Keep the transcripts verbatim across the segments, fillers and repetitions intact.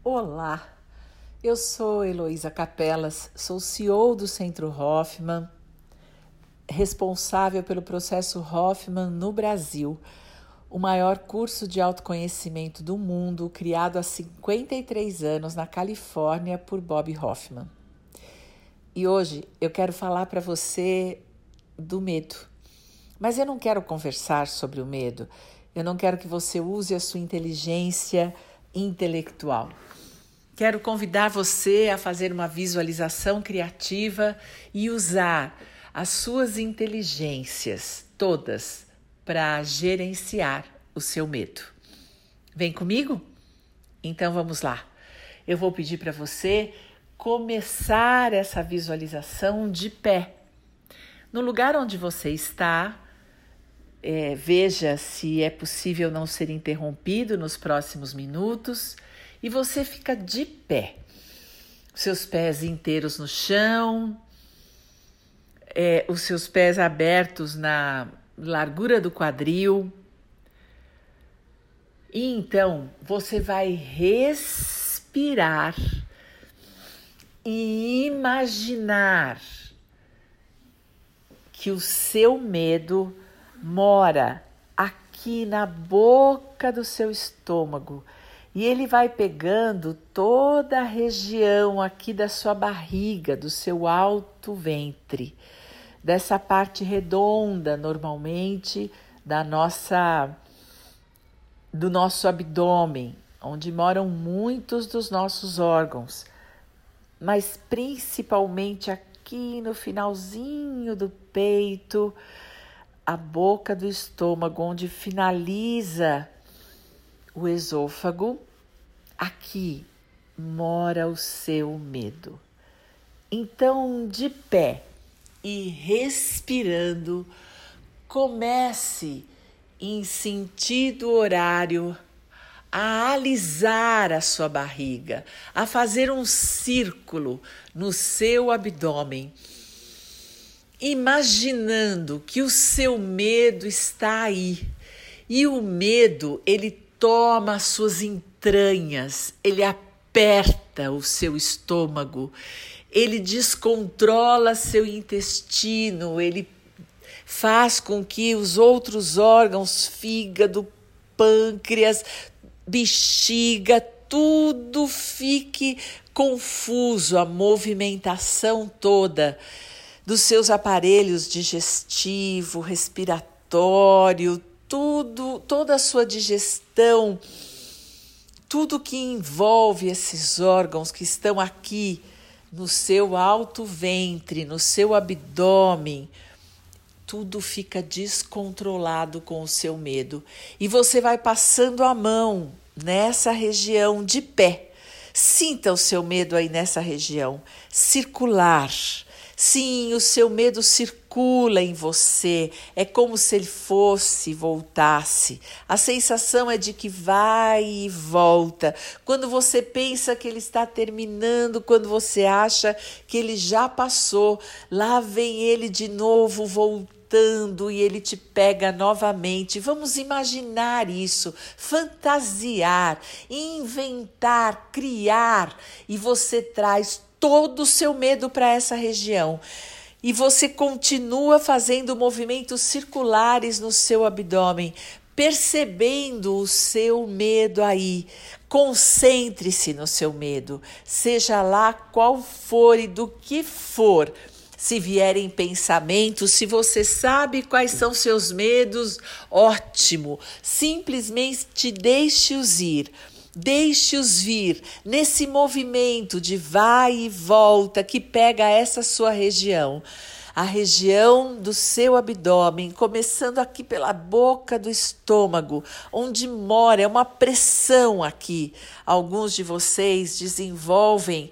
Olá, eu sou Heloísa Capelas, sou C E O do Centro Hoffman, responsável pelo processo Hoffman no Brasil, o maior curso de autoconhecimento do mundo, criado há cinquenta e três anos na Califórnia por Bob Hoffman. E hoje eu quero falar para você do medo. Mas eu não quero conversar sobre o medo, eu não quero que você use a sua inteligência intelectual. Quero convidar você a fazer uma visualização criativa e usar as suas inteligências todas para gerenciar o seu medo. Vem comigo? Então vamos lá. Eu vou pedir para você começar essa visualização de pé. No lugar onde você está, é, veja se é possível não ser interrompido nos próximos minutos. E você fica de pé, seus pés inteiros no chão, é, os seus pés abertos na largura do quadril. E então você vai respirar e imaginar que o seu medo mora aqui na boca do seu estômago. E ele vai pegando toda a região aqui da sua barriga, do seu alto ventre, dessa parte redonda, normalmente, da nossa, do nosso abdômen, onde moram muitos dos nossos órgãos, mas principalmente aqui no finalzinho do peito, a boca do estômago, onde finaliza o esôfago. Aqui mora o seu medo. Então, de pé e respirando, comece em sentido horário a alisar a sua barriga, a fazer um círculo no seu abdômen, imaginando que o seu medo está aí. E o medo, ele toma as suas entranhas, ele aperta o seu estômago, ele descontrola seu intestino, ele faz com que os outros órgãos, fígado, pâncreas, bexiga, tudo fique confuso, a movimentação toda dos seus aparelhos digestivo, respiratório, tudo, toda a sua digestão, tudo que envolve esses órgãos que estão aqui no seu alto ventre, no seu abdômen, tudo fica descontrolado com o seu medo. E você vai passando a mão nessa região de pé. Sinta o seu medo aí nessa região, circular. Sim, o seu medo circula em você, é como se ele fosse e voltasse. A sensação é de que vai e volta. Quando você pensa que ele está terminando, quando você acha que ele já passou, lá vem ele de novo voltando e ele te pega novamente. Vamos imaginar isso, fantasiar, inventar, criar, e você traz todo o seu medo para essa região. E você continua fazendo movimentos circulares no seu abdômen, percebendo o seu medo aí. Concentre-se no seu medo, seja lá qual for e do que for. Se vierem pensamentos, se você sabe quais são seus medos, ótimo. Simplesmente deixe-os ir. Deixe-os vir nesse movimento de vai e volta que pega essa sua região. A região do seu abdômen, começando aqui pela boca do estômago, onde mora, é uma pressão aqui. Alguns de vocês desenvolvem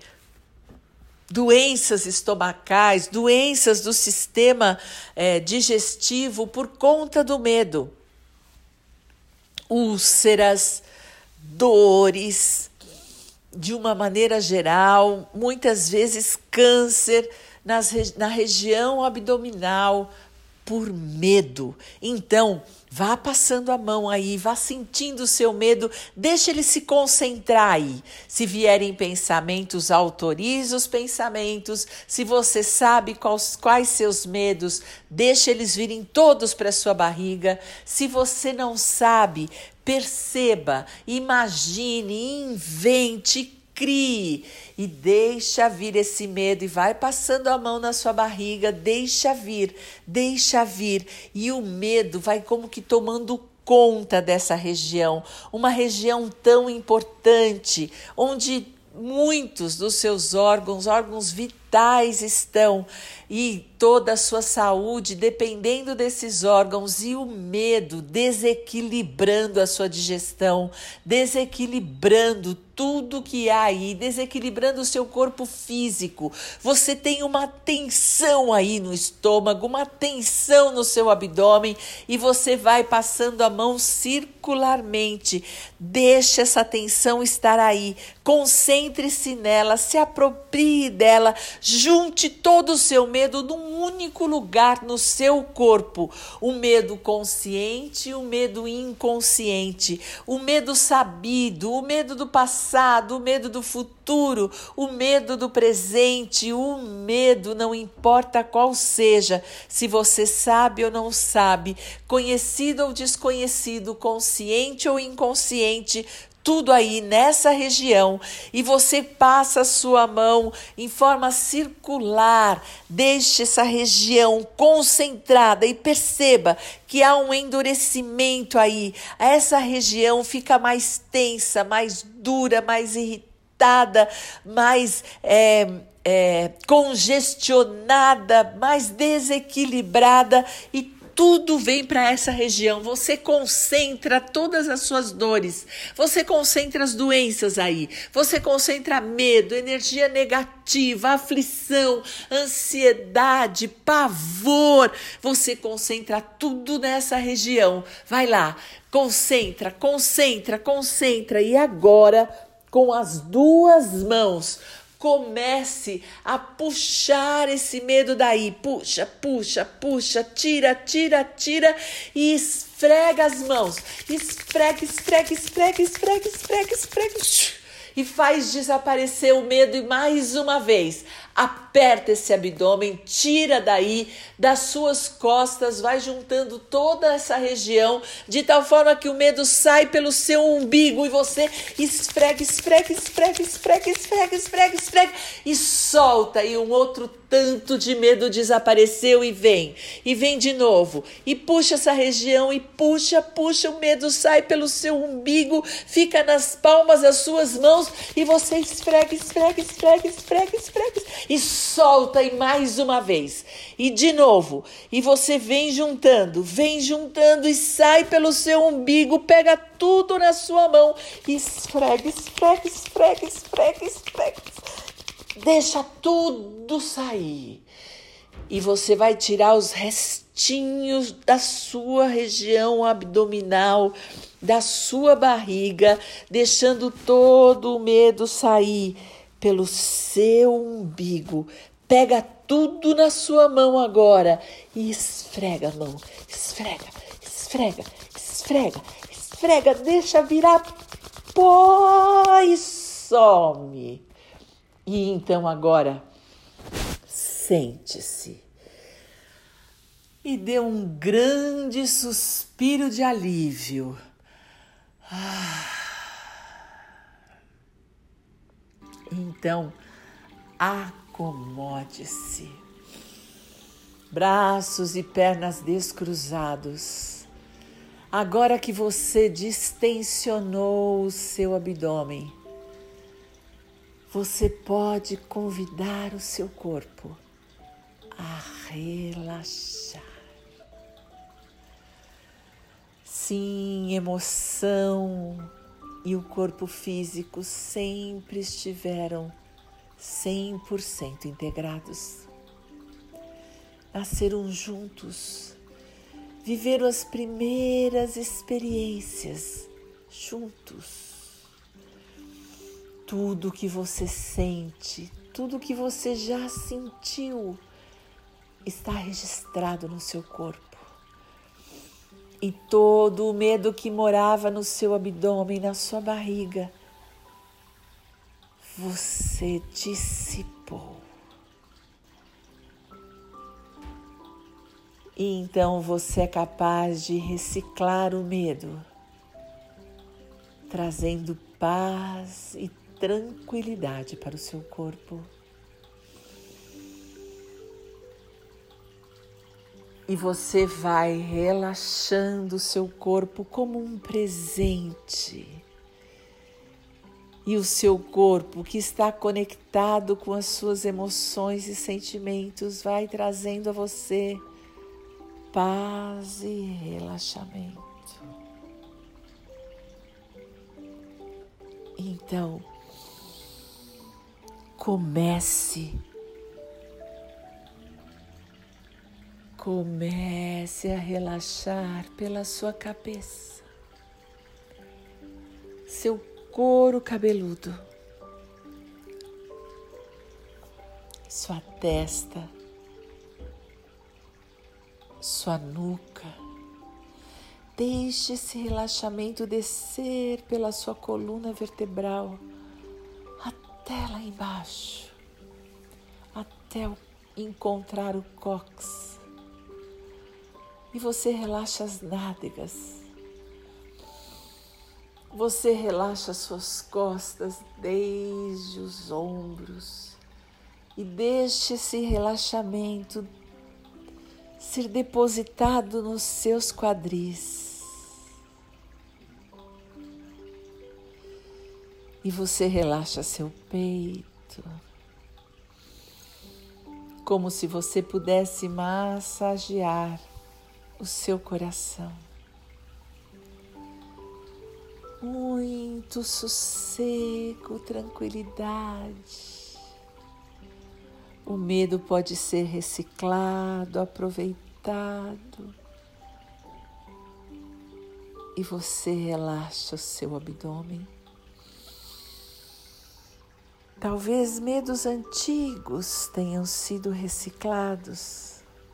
doenças estomacais, doenças do sistema é, digestivo por conta do medo. Úlceras, dores, de uma maneira geral, muitas vezes câncer nas, na região abdominal por medo. Então, Vá passando a mão aí, vá sentindo o seu medo, deixa ele se concentrar aí. Se vierem pensamentos, autorize os pensamentos. Se você sabe quais, quais seus medos, deixa eles virem todos para sua barriga. Se você não sabe, perceba, imagine, invente, crie e deixa vir esse medo e vai passando a mão na sua barriga, deixa vir, deixa vir e o medo vai como que tomando conta dessa região, uma região tão importante, onde muitos dos seus órgãos, órgãos vitais estão e toda a sua saúde dependendo desses órgãos e o medo desequilibrando a sua digestão, desequilibrando tudo que há aí, desequilibrando o seu corpo físico. Você tem uma tensão aí no estômago, uma tensão no seu abdômen e você vai passando a mão circularmente. Deixe essa tensão estar aí, concentre-se nela, se aproprie dela, junte todo o seu medo num único lugar no seu corpo. O medo consciente e o medo inconsciente, o medo sabido, o medo do passado, o medo do futuro, o medo do presente, o medo, não importa qual seja, se você sabe ou não sabe, conhecido ou desconhecido, consciente ou inconsciente, tudo aí nessa região e você passa a sua mão em forma circular, deixe essa região concentrada e perceba que há um endurecimento aí, essa região fica mais tensa, mais dura, mais irritada, mais é, é, congestionada, mais desequilibrada e tudo vem para essa região, você concentra todas as suas dores, você concentra as doenças aí, você concentra medo, energia negativa, aflição, ansiedade, pavor, você concentra tudo nessa região. Vai lá, concentra, concentra, concentra e agora com as duas mãos, comece a puxar esse medo daí, puxa, puxa, puxa, tira, tira, tira e esfrega as mãos, esfrega, esfrega, esfrega, esfrega, esfrega, esfrega e faz desaparecer o medo e mais uma vez, aperta esse abdômen, tira daí das suas costas, vai juntando toda essa região de tal forma que o medo sai pelo seu umbigo e você esfrega, esfrega, esfrega, esfrega, esfrega, esfrega, esfrega e solta e um outro tanto de medo desapareceu e vem, e vem de novo e puxa essa região e puxa, puxa, o medo sai pelo seu umbigo, fica nas palmas das suas mãos e você esfrega, esfrega, esfrega, esfrega, esfrega e solta e mais uma vez e de novo e você vem juntando, vem juntando e sai pelo seu umbigo, pega tudo na sua mão e esfrega, esfrega, esfrega, esfrega, esfrega, deixa tudo sair e você vai tirar os restinhos da sua região abdominal, da sua barriga, deixando todo o medo sair pelo seu umbigo. Pega tudo na sua mão agora e esfrega a mão, esfrega, esfrega, esfrega, esfrega, deixa virar pó e some. E então agora, sente-se e dê um grande suspiro de alívio. Ah. Então, acomode-se, braços e pernas descruzados. Agora que você distensionou o seu abdômen, você pode convidar o seu corpo a relaxar. Sim, emoção e o corpo físico sempre estiveram cem por cento integrados. Nasceram juntos, viveram as primeiras experiências juntos. Tudo que você sente, tudo que você já sentiu, está registrado no seu corpo. E todo o medo que morava no seu abdômen, na sua barriga, você dissipou. E então você é capaz de reciclar o medo, trazendo paz e tranquilidade para o seu corpo. E você vai relaxando o seu corpo como um presente. E o seu corpo, que está conectado com as suas emoções e sentimentos, vai trazendo a você paz e relaxamento. Então, comece Comece a relaxar pela sua cabeça, seu couro cabeludo, sua testa, sua nuca. Deixe esse relaxamento descer pela sua coluna vertebral até lá embaixo, até encontrar o cóccix. E você relaxa as nádegas, você relaxa as suas costas desde os ombros e deixe esse relaxamento ser depositado nos seus quadris. E você relaxa seu peito, como se você pudesse massagear o seu coração. Muito sossego, tranquilidade. O medo pode ser reciclado, aproveitado. E você relaxa o seu abdômen. Talvez medos antigos tenham sido reciclados.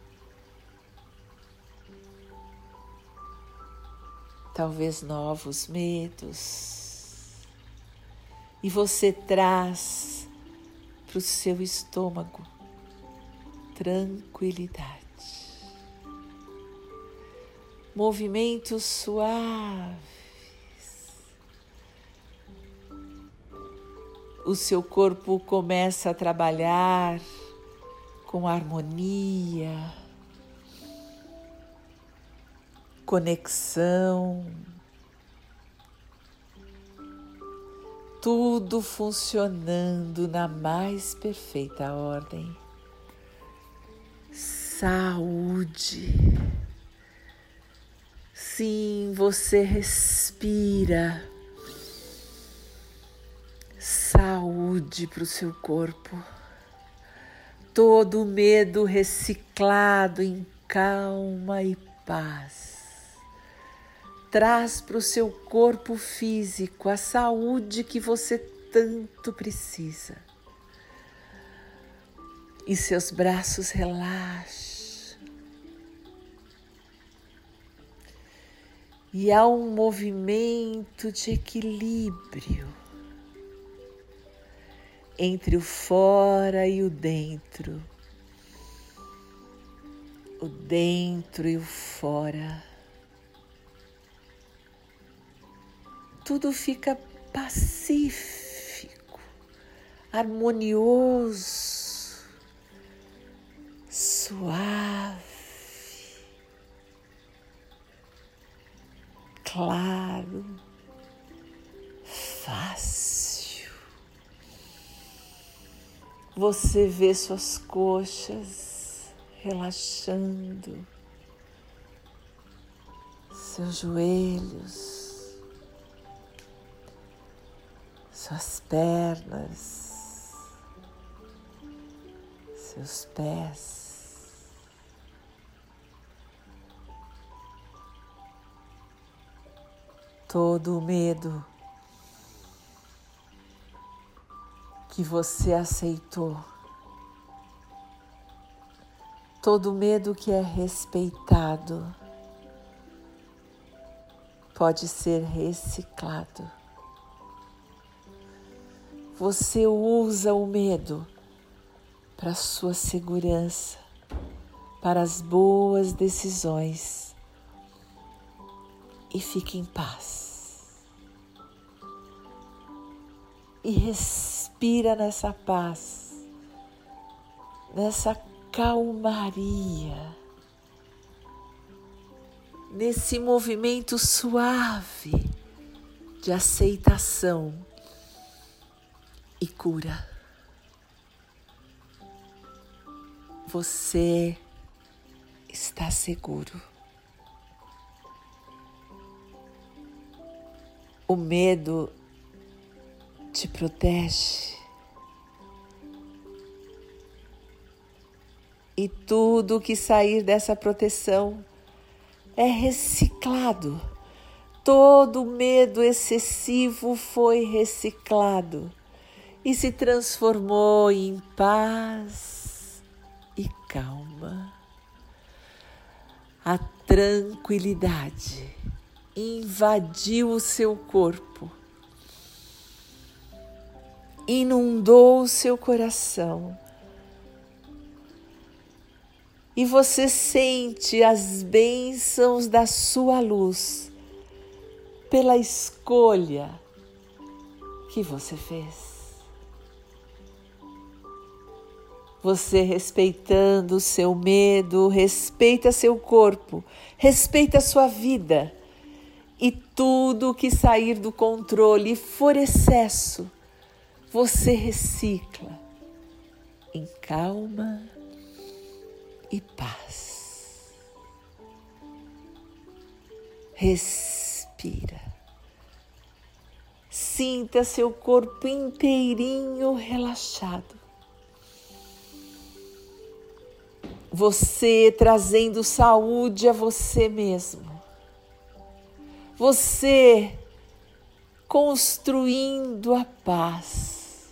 Talvez novos medos, e você traz para o seu estômago tranquilidade, movimentos suaves. O seu corpo começa a trabalhar com harmonia, conexão, tudo funcionando na mais perfeita ordem. Saúde. Sim, você respira saúde para o seu corpo. Todo o medo reciclado em calma e paz. Traz para o seu corpo físico a saúde que você tanto precisa. E seus braços relaxam. E há um movimento de equilíbrio entre o fora e o dentro. O dentro e o fora. Tudo fica pacífico, harmonioso, suave, claro, fácil. Você vê suas coxas relaxando, seus joelhos, suas pernas, seus pés, todo o medo que você aceitou, todo o medo que é respeitado, pode ser reciclado. Você usa o medo para sua segurança, para as boas decisões e fique em paz. E respira nessa paz, nessa calmaria, nesse movimento suave de aceitação e cura. Você está seguro. O medo te protege. E tudo que sair dessa proteção é reciclado. Todo medo excessivo foi reciclado e se transformou em paz e calma. A tranquilidade invadiu o seu corpo, inundou o seu coração. E você sente as bênçãos da sua luz pela escolha que você fez. Você, respeitando o seu medo, respeita seu corpo, respeita a sua vida. E tudo que sair do controle e for excesso, você recicla em calma e paz. Respira. Sinta seu corpo inteirinho relaxado. Você trazendo saúde a você mesmo. Você construindo a paz,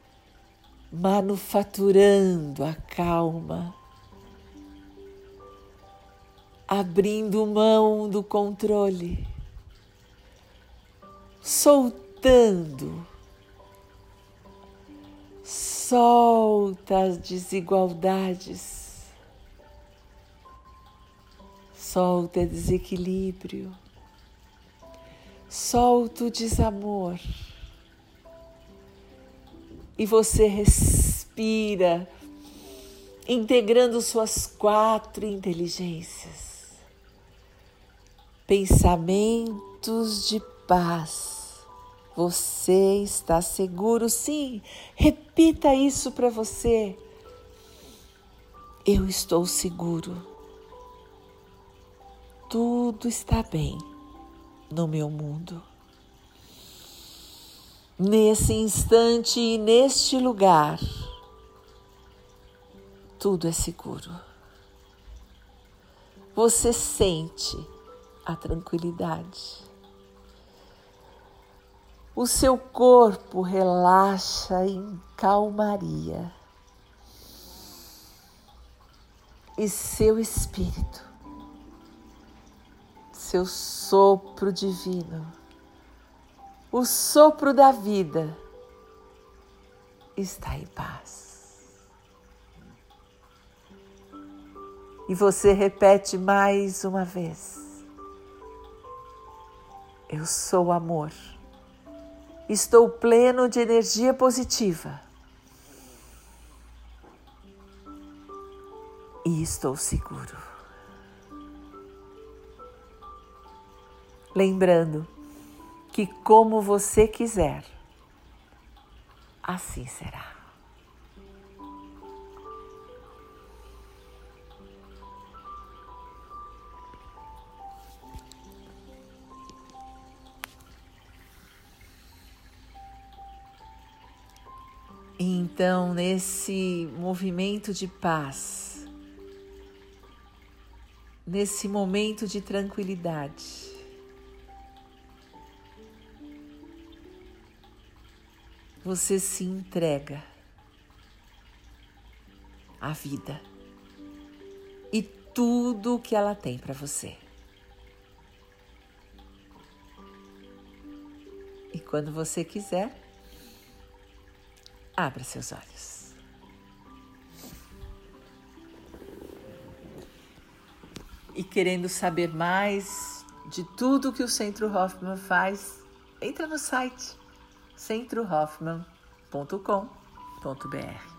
manufaturando a calma, abrindo mão do controle, soltando, solta as desigualdades, solta o desequilíbrio, solta o desamor. E você respira, integrando suas quatro inteligências. Pensamentos de paz. Você está seguro? Sim, repita isso para você. Eu estou seguro. Tudo está bem no meu mundo. Nesse instante e neste lugar, tudo é seguro. Você sente a tranquilidade. O seu corpo relaxa em calmaria. E seu espírito, seu sopro divino, o sopro da vida, está em paz. E você repete mais uma vez: eu sou amor, estou pleno de energia positiva e estou seguro. Lembrando que como você quiser, assim será. Então, nesse movimento de paz, nesse momento de tranquilidade, você se entrega à vida e tudo o que ela tem para você. quando você quiser, abra seus olhos. E querendo saber mais de tudo que o Centro Hoffman faz, entra no site centro hoffman ponto com ponto br.